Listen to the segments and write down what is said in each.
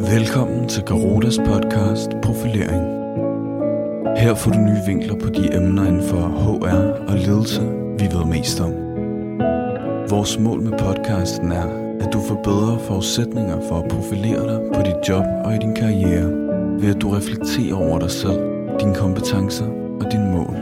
Velkommen til Garotas podcast Profilering. Her får du nye vinkler på de emner inden for HR og ledelse, vi ved mest om. Vores mål med podcasten er, at du får bedre forudsætninger for at profilere dig på dit job og i din karriere, ved at du reflekterer over dig selv, dine kompetencer og dine mål.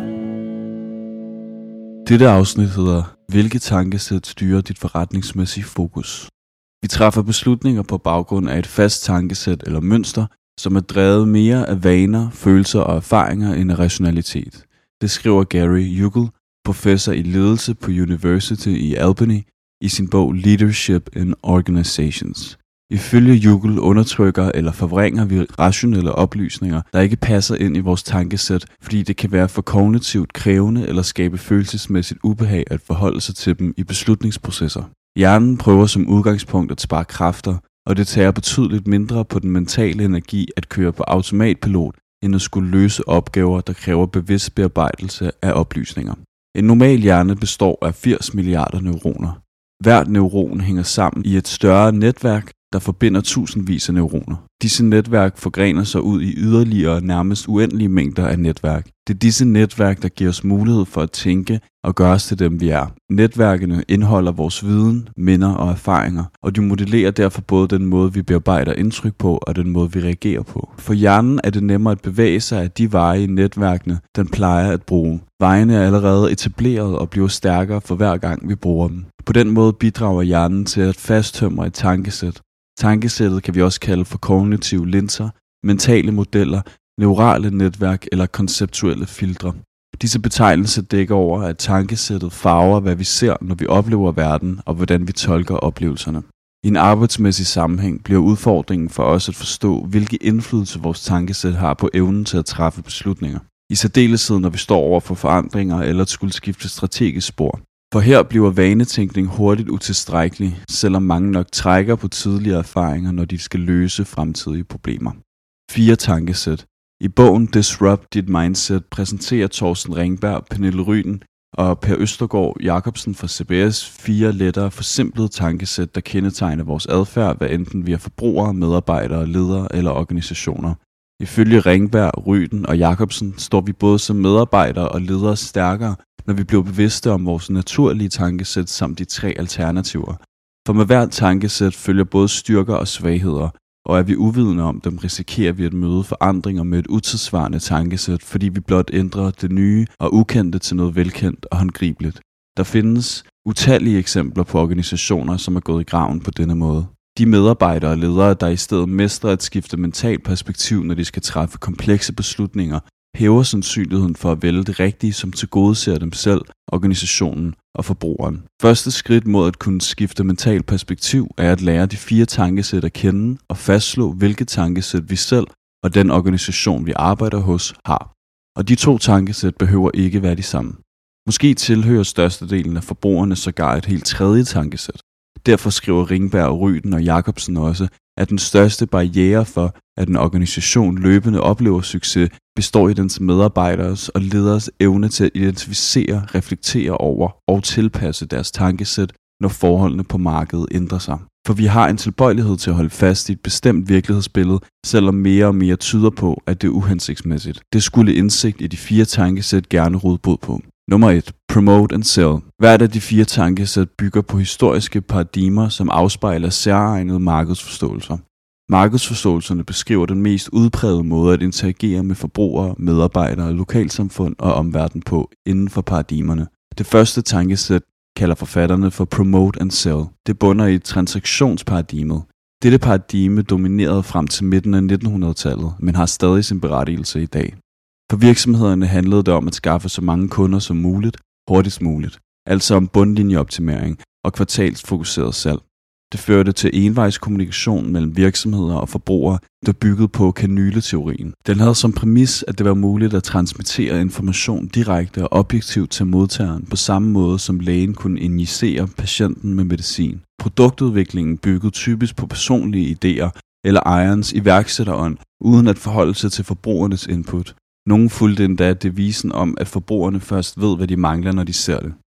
Dette afsnit hedder, hvilke tankesæt styrer dit forretningsmæssige fokus? Vi træffer beslutninger på baggrund af et fast tankesæt eller mønster, som er drevet mere af vaner, følelser og erfaringer end af rationalitet. Det skriver Gary Jugle, professor i ledelse på University i Albany, i sin bog Leadership in Organizations. Ifølge Jugle undertrykker eller forvrænger vi rationelle oplysninger, der ikke passer ind i vores tankesæt, fordi det kan være for kognitivt krævende eller skabe følelsesmæssigt ubehag at forholde sig til dem i beslutningsprocesser. Hjernen prøver som udgangspunkt at spare kræfter, og det tager betydeligt mindre på den mentale energi at køre på automatpilot, end at skulle løse opgaver, der kræver bevidst bearbejdelse af oplysninger. En normal hjerne består af 80 milliarder neuroner. Hvert neuron hænger sammen i et større netværk, der forbinder tusindvis af neuroner. Disse netværk forgrener sig ud i yderligere nærmest uendelige mængder af netværk. Det er disse netværk, der giver os mulighed for at tænke og gøre os til dem, vi er. Netværkene indeholder vores viden, minder og erfaringer, og de modellerer derfor både den måde, vi bearbejder indtryk på, og den måde, vi reagerer på. For hjernen er det nemmere at bevæge sig af de veje i netværkene, den plejer at bruge. Vejene er allerede etableret og bliver stærkere for hver gang, vi bruger dem. På den måde bidrager hjernen til at fasttømre et tankesæt. Tankesættet kan vi også kalde for kognitive linser, mentale modeller, neurale netværk eller konceptuelle filtre. Disse betegnelser dækker over, at tankesættet farver, hvad vi ser, når vi oplever verden, og hvordan vi tolker oplevelserne. I en arbejdsmæssig sammenhæng bliver udfordringen for os at forstå, hvilke indflydelse vores tankesæt har på evnen til at træffe beslutninger. I særdeleshed, når vi står over for forandringer eller at skulle skifte strategisk spor. For her bliver vanetænkning hurtigt utilstrækkelig, selvom mange nok trækker på tidligere erfaringer, når de skal løse fremtidige problemer. 4 tankesæt. I bogen Disrupt Dit Mindset præsenterer Thorsten Ringberg, Pernille Ryden og Per Østergaard Jacobsen fra CBS 4 lettere forsimplede tankesæt, der kendetegner vores adfærd, hvad enten vi er forbrugere, medarbejdere, ledere eller organisationer. Ifølge Ringberg, Ryden og Jacobsen står vi både som medarbejdere og ledere stærkere, når vi bliver bevidste om vores naturlige tankesæt samt de 3 alternativer. For med hvert tankesæt følger både styrker og svagheder, og er vi uvidende om dem, risikerer vi at møde forandringer med et utidssvarende tankesæt, fordi vi blot ændrer det nye og ukendte til noget velkendt og håndgribeligt. Der findes utallige eksempler på organisationer, som er gået i graven på denne måde. De medarbejdere og ledere, der i stedet mestrer at skifte mentalt perspektiv, når de skal træffe komplekse beslutninger, hæver sandsynligheden for at vælge det rigtige, som tilgodeser dem selv, organisationen og forbrugeren. Første skridt mod at kunne skifte mental perspektiv er at lære de 4 tankesæt at kende og fastslå, hvilke tankesæt vi selv og den organisation, vi arbejder hos, har. Og de 2 tankesæt behøver ikke være de samme. Måske tilhører størstedelen af forbrugerne sågar et helt 3. tankesæt. Derfor skriver Ringberg, Ryden og Jacobsen også, at den største barriere for, at en organisation løbende oplever succes, består i dens medarbejderes og lederes evne til at identificere, reflektere over og tilpasse deres tankesæt, når forholdene på markedet ændrer sig. For vi har en tilbøjelighed til at holde fast i et bestemt virkelighedsbillede, selvom mere og mere tyder på, at det er uhensigtsmæssigt. Det skulle indsigt i de 4 tankesæt gerne råde bod på. Nummer 1. Promote and sell. Hvert af de 4 tankesæt bygger på historiske paradigmer, som afspejler særegnede markedsforståelser. Markedsforståelserne beskriver den mest udprægede måde at interagere med forbrugere, medarbejdere, lokalsamfund og omverden på inden for paradigmerne. Det første tankesæt kalder forfatterne for Promote and Sell. Det bunder i transaktionsparadigmet. Dette paradigme dominerede frem til midten af 1900-tallet, men har stadig sin berettigelse i dag. For virksomhederne handlede det om at skaffe så mange kunder som muligt, hurtigst muligt. Altså om bundlinjeoptimering og kvartalsfokuseret salg. Det førte til envejskommunikation mellem virksomheder og forbrugere, der byggede på kanyleteorien. Den havde som præmis, at det var muligt at transmittere information direkte og objektivt til modtageren på samme måde, som lægen kunne injicere patienten med medicin. Produktudviklingen byggede typisk på personlige idéer eller ejerens iværksætterånd, uden at forholde sig til forbrugernes input. Nogle fulgte endda devisen om, at forbrugerne først ved, hvad de mangler, når de ser det.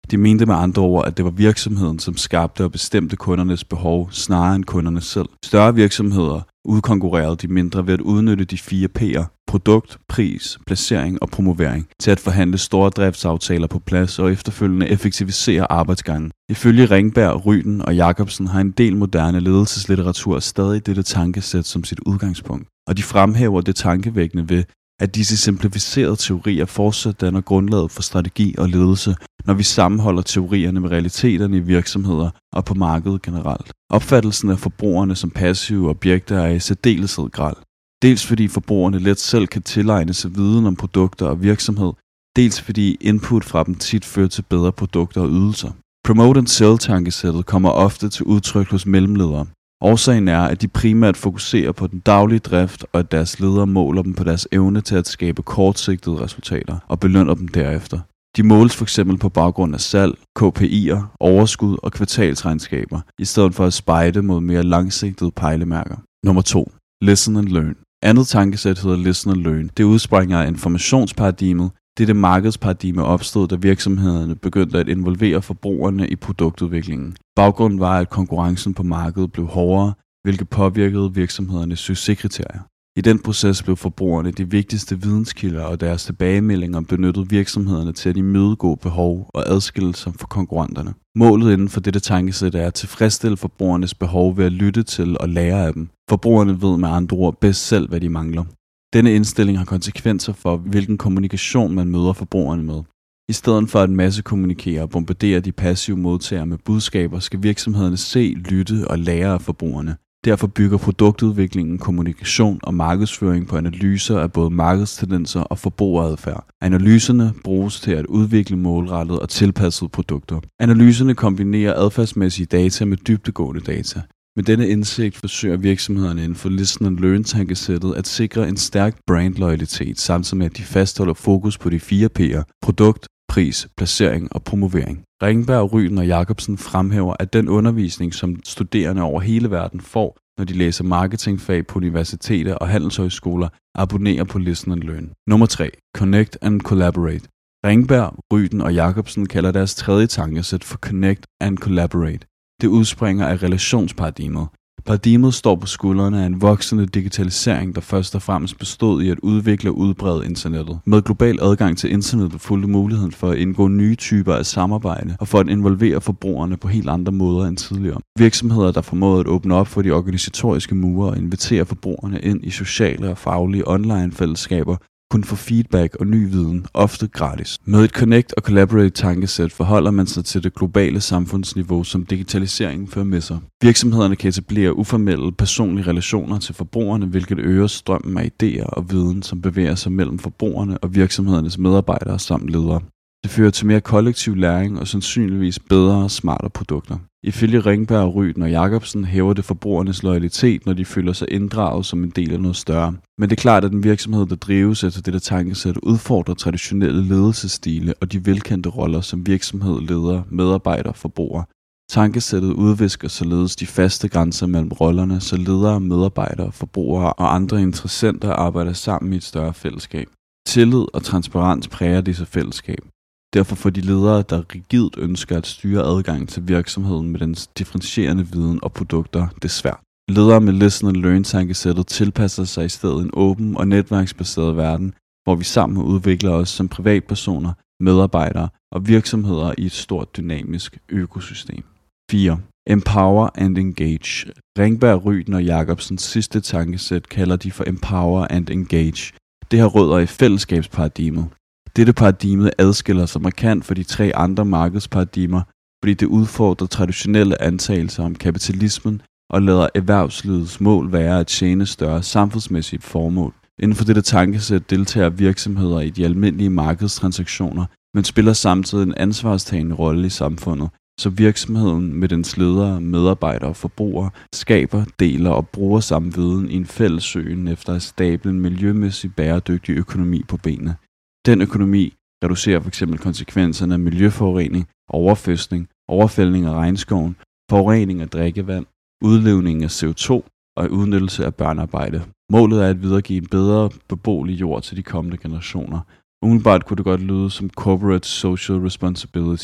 De mente med andre ord, at det var virksomheden, som skabte og bestemte kundernes behov, snarere end kunderne selv. Større virksomheder udkonkurrerede de mindre ved at udnytte de 4 P'er: produkt, pris, placering og promovering, til at forhandle store driftsaftaler på plads og efterfølgende effektivisere arbejdsgangen. Ifølge Ringberg, Ryden og Jacobsen har en del moderne ledelseslitteratur stadig dette tankesæt som sit udgangspunkt, og de fremhæver det tankevækkende ved, at disse simplificerede teorier fortsat danner grundlaget for strategi og ledelse, når vi sammenholder teorierne med realiteterne i virksomheder og på markedet generelt. Opfattelsen af forbrugerne som passive objekter er i særdeleshed grel. Dels fordi forbrugerne let selv kan tilegne sig viden om produkter og virksomhed, dels fordi input fra dem tit fører til bedre produkter og ydelser. Promote and sell-tankesættet kommer ofte til udtryk hos mellemledere. Årsagen er, at de primært fokuserer på den daglige drift, og at deres ledere måler dem på deres evne til at skabe kortsigtede resultater og belønner dem derefter. De måles f.eks. på baggrund af salg, KPI'er, overskud og kvartalsregnskaber, i stedet for at spejde mod mere langsigtede pejlemærker. Nummer 2. Listen and learn. Andet tankesæt hedder listen and learn. Det udspringer af informationsparadigmet. Dette markedsparadigme opstod, da virksomhederne begyndte at involvere forbrugerne i produktudviklingen. Baggrunden var, at konkurrencen på markedet blev hårdere, hvilket påvirkede virksomhedernes succeskriterier. I den proces blev forbrugerne de vigtigste videnskilder, og deres tilbagemeldinger benyttede virksomhederne til at imødegå behov og adskille sig fra konkurrenterne. Målet inden for dette tankesæt er at tilfredsstille forbrugernes behov ved at lytte til og lære af dem. Forbrugerne ved med andre ord bedst selv, hvad de mangler. Denne indstilling har konsekvenser for, hvilken kommunikation man møder forbrugerne med. I stedet for at massekommunikere og bombardere de passive modtagere med budskaber, skal virksomhederne se, lytte og lære af forbrugerne. Derfor bygger produktudviklingen, kommunikation og markedsføring på analyser af både markedstendenser og forbrugeradfærd. Analyserne bruges til at udvikle målrettede og tilpassede produkter. Analyserne kombinerer adfærdsmæssige data med dybdegående data. Med denne indsigt forsøger virksomhederne inden for listen and learn tankesættet at sikre en stærk brandloyalitet, samtidig med at de fastholder fokus på de 4 P'er: produkt, pris, placering og promovering. Ringberg, Ryden og Jacobsen fremhæver, at den undervisning, som studerende over hele verden får, når de læser marketingfag på universiteter og handelshøjskoler, abonnerer på listen and learn. Nummer 3. Connect and collaborate. Ringberg, Ryden og Jacobsen kalder deres tredje tankesæt for Connect and collaborate. Det udspringer af relationsparadigmet. Paradigmet står på skuldrene af en voksende digitalisering, der først og fremmest bestod i at udvikle og udbrede internettet. Med global adgang til internettet fulgte muligheden for at indgå nye typer af samarbejde og for at involvere forbrugerne på helt andre måder end tidligere. Virksomheder, der formåede at åbne op for de organisatoriske mure og invitere forbrugerne ind i sociale og faglige online-fællesskaber, kunne få feedback og ny viden, ofte gratis. Med et Connect og Collaborate tankesæt forholder man sig til det globale samfundsniveau, som digitaliseringen fører med sig. Virksomhederne kan etablere uformelle personlige relationer til forbrugerne, hvilket øger strømmen af idéer og viden, som bevæger sig mellem forbrugerne og virksomhedernes medarbejdere samt ledere. Det fører til mere kollektiv læring og sandsynligvis bedre og smartere produkter. Ifølge Ringberg, Ryden og Jacobsen hæver det forbrugernes loyalitet, når de føler sig inddraget som en del af noget større. Men det er klart, at en virksomhed, der drives efter dette tankesæt, udfordrer traditionelle ledelsesstile og de velkendte roller som virksomhed, leder, medarbejder, forbruger. Tankesættet udvisker således de faste grænser mellem rollerne, så ledere, medarbejdere, forbrugere og andre interessenter arbejder sammen i et større fællesskab. Tillid og transparens præger disse fællesskab. Derfor får de ledere, der rigidt ønsker at styre adgang til virksomheden med dens differentierende viden og produkter, det er svært. Ledere med listen and learn tankesættet tilpasser sig i stedet en åben og netværksbaseret verden, hvor vi sammen udvikler os som privatpersoner, medarbejdere og virksomheder i et stort dynamisk økosystem. 4. Empower and engage. Ringberg, Ryden og Jacobsens sidste tankesæt kalder de for Empower and engage. Det har rødder i fællesskabsparadigmet. Dette paradigme adskiller sig markant fra de 3 andre markedsparadigmer, fordi det udfordrer traditionelle antagelser om kapitalismen og lader erhvervslivets mål være at tjene større samfundsmæssige formål. Inden for dette tankesæt deltager virksomheder i de almindelige markedstransaktioner, men spiller samtidig en ansvarstagende rolle i samfundet, så virksomheden med dens ledere, medarbejdere og forbrugere skaber, deler og bruger samme viden i en fælles søgen efter at stable en miljømæssig bæredygtig økonomi på benene. Den økonomi reducerer f.eks. konsekvenserne af miljøforurening, overfiskning, overfældning af regnskoven, forurening af drikkevand, udledning af CO2 og udnyttelse af børnearbejde. Målet er at videregive en bedre beboelig jord til de kommende generationer. Umiddelbart kunne det godt lyde som corporate social responsibility,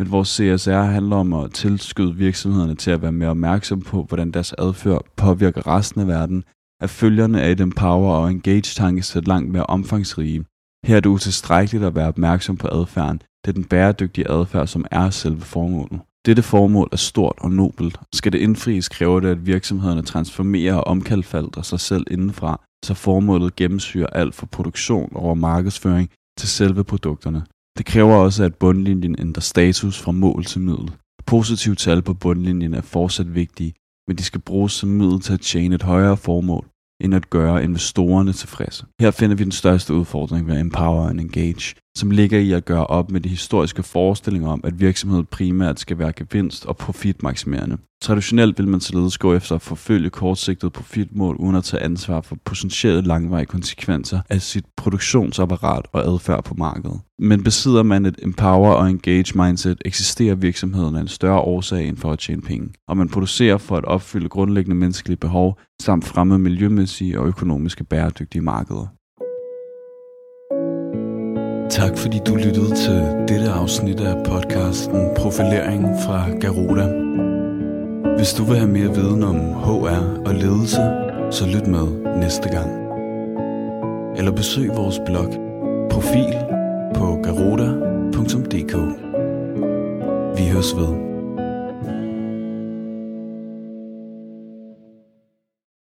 Men vores CSR handler om at tilskyde virksomhederne til at være mere opmærksom på, hvordan deres adfærd påvirker resten af verden, er følgerne af et empower og engage tankesæt langt mere omfangsrige. Her er det utilstrækkeligt at være opmærksom på adfærden. Det er den bæredygtige adfærd, som er selve formålet. Dette formål er stort og nobelt. Skal det indfries, kræver det, at virksomhederne transformerer og omkalfatrer sig selv indenfra, så formålet gennemsyrer alt fra produktion over markedsføring til selve produkterne. Det kræver også, at bundlinjen ændrer status fra mål til middel. Positive tal på bundlinjen er fortsat vigtige, men de skal bruges som middel til at tjene et højere formål, end at gøre investorerne tilfredse. Her finder vi den største udfordring ved Empower and Engage, som ligger i at gøre op med de historiske forestillinger om, at virksomheden primært skal være gevinst- og profitmaksimerende. Traditionelt vil man således gå efter at forfølge kortsigtet profitmål uden at tage ansvar for potentielle langvarige konsekvenser af sit produktionsapparat og adfærd på markedet. Men besidder man et Empower og Engage mindset, eksisterer virksomheden af en større årsag end for at tjene penge, og man producerer for at opfylde grundlæggende menneskelige behov samt fremme miljømæssige og økonomiske bæredygtige markeder. Tak fordi du lyttede til dette afsnit af podcasten Profilering fra Garuda. Hvis du vil have mere viden om HR og ledelse, så lyt med næste gang. Eller besøg vores blog Profil på garuda.dk. Vi høres ved.